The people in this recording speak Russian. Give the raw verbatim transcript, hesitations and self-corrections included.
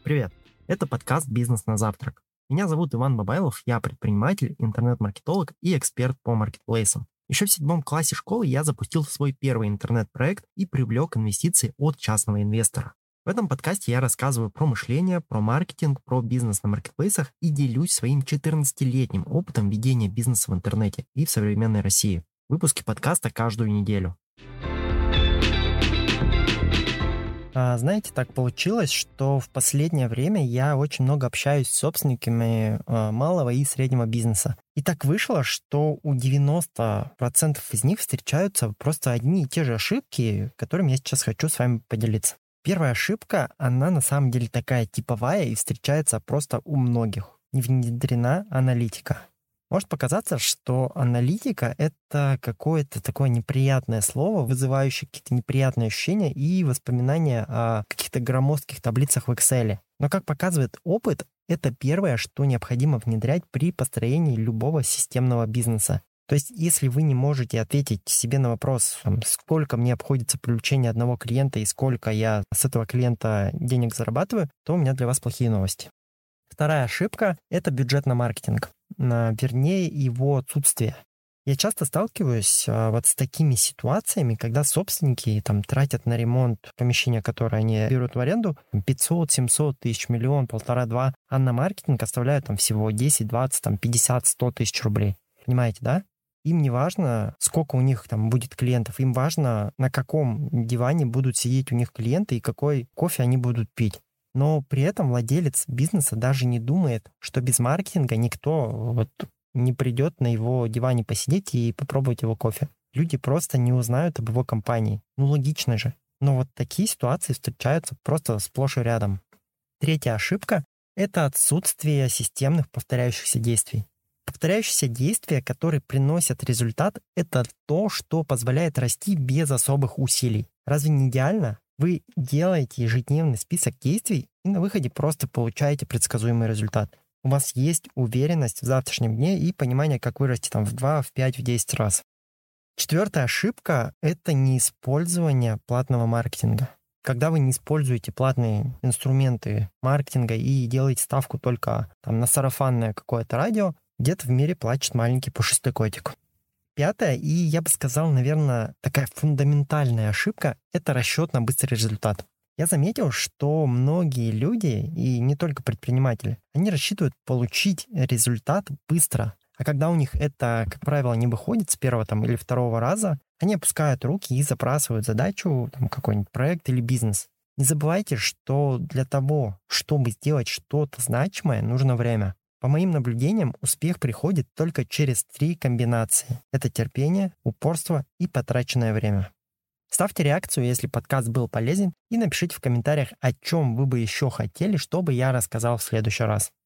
Привет! Это подкаст «Бизнес на завтрак». Меня зовут Иван Бабайлов, я предприниматель, интернет-маркетолог и эксперт по маркетплейсам. Еще в седьмом классе школы я запустил свой первый интернет-проект и привлек инвестиции от частного инвестора. В этом подкасте я рассказываю про мышление, про маркетинг, про бизнес на маркетплейсах и делюсь своим четырнадцатилетним опытом ведения бизнеса в интернете и в современной России. Выпуски подкаста каждую неделю. А, Знаете, так получилось, что в последнее время я очень много общаюсь с собственниками а, малого и среднего бизнеса. И так вышло, что у девяноста процентов из них встречаются просто одни и те же ошибки, которыми я сейчас хочу с вами поделиться. Первая ошибка, она на самом деле такая типовая и встречается просто у многих. Не внедрена аналитика. Может показаться, что аналитика — это какое-то такое неприятное слово, вызывающее какие-то неприятные ощущения и воспоминания о каких-то громоздких таблицах в Excel. Но, как показывает опыт, это первое, что необходимо внедрять при построении любого системного бизнеса. То есть, если вы не можете ответить себе на вопрос, там, сколько мне обходится привлечение одного клиента и сколько я с этого клиента денег зарабатываю, то у меня для вас плохие новости. Вторая ошибка — это бюджет на маркетинг, на, вернее, его отсутствие. Я часто сталкиваюсь а, вот с такими ситуациями, когда собственники там тратят на ремонт помещения, которое они берут в аренду, пятьсот-семьсот тысяч, миллион, полтора-два, а на маркетинг оставляют там всего десять, двадцать, там, пятьдесят, сто тысяч рублей. Понимаете, да? Им не важно, сколько у них там будет клиентов, им важно, на каком диване будут сидеть у них клиенты и какой кофе они будут пить. Но при этом владелец бизнеса даже не думает, что без маркетинга никто вот не придет на его диване посидеть и попробовать его кофе. Люди просто не узнают об его компании. Ну, логично же. Но вот такие ситуации встречаются просто сплошь и рядом. Третья ошибка — это отсутствие системных повторяющихся действий. Повторяющиеся действия, которые приносят результат, это то, что позволяет расти без особых усилий. Разве не идеально? Вы делаете ежедневный список действий и на выходе просто получаете предсказуемый результат. У вас есть уверенность в завтрашнем дне и понимание, как вырасти там в два, в пять, в десять раз. Четвертая ошибка — это неиспользование платного маркетинга. Когда вы не используете платные инструменты маркетинга и делаете ставку только там, на сарафанное какое-то радио, где-то в мире плачет маленький пушистый котик. Пятая, и я бы сказал, наверное, такая фундаментальная ошибка — это расчет на быстрый результат. Я заметил, что многие люди, и не только предприниматели, они рассчитывают получить результат быстро. А когда у них это, как правило, не выходит с первого там, или второго раза, они опускают руки и забрасывают задачу, там, какой-нибудь проект или бизнес. Не забывайте, что для того, чтобы сделать что-то значимое, нужно время. По моим наблюдениям, успех приходит только через три комбинации. Это терпение, упорство и потраченное время. Ставьте реакцию, если подкаст был полезен, и напишите в комментариях, о чем вы бы еще хотели, чтобы я рассказал в следующий раз.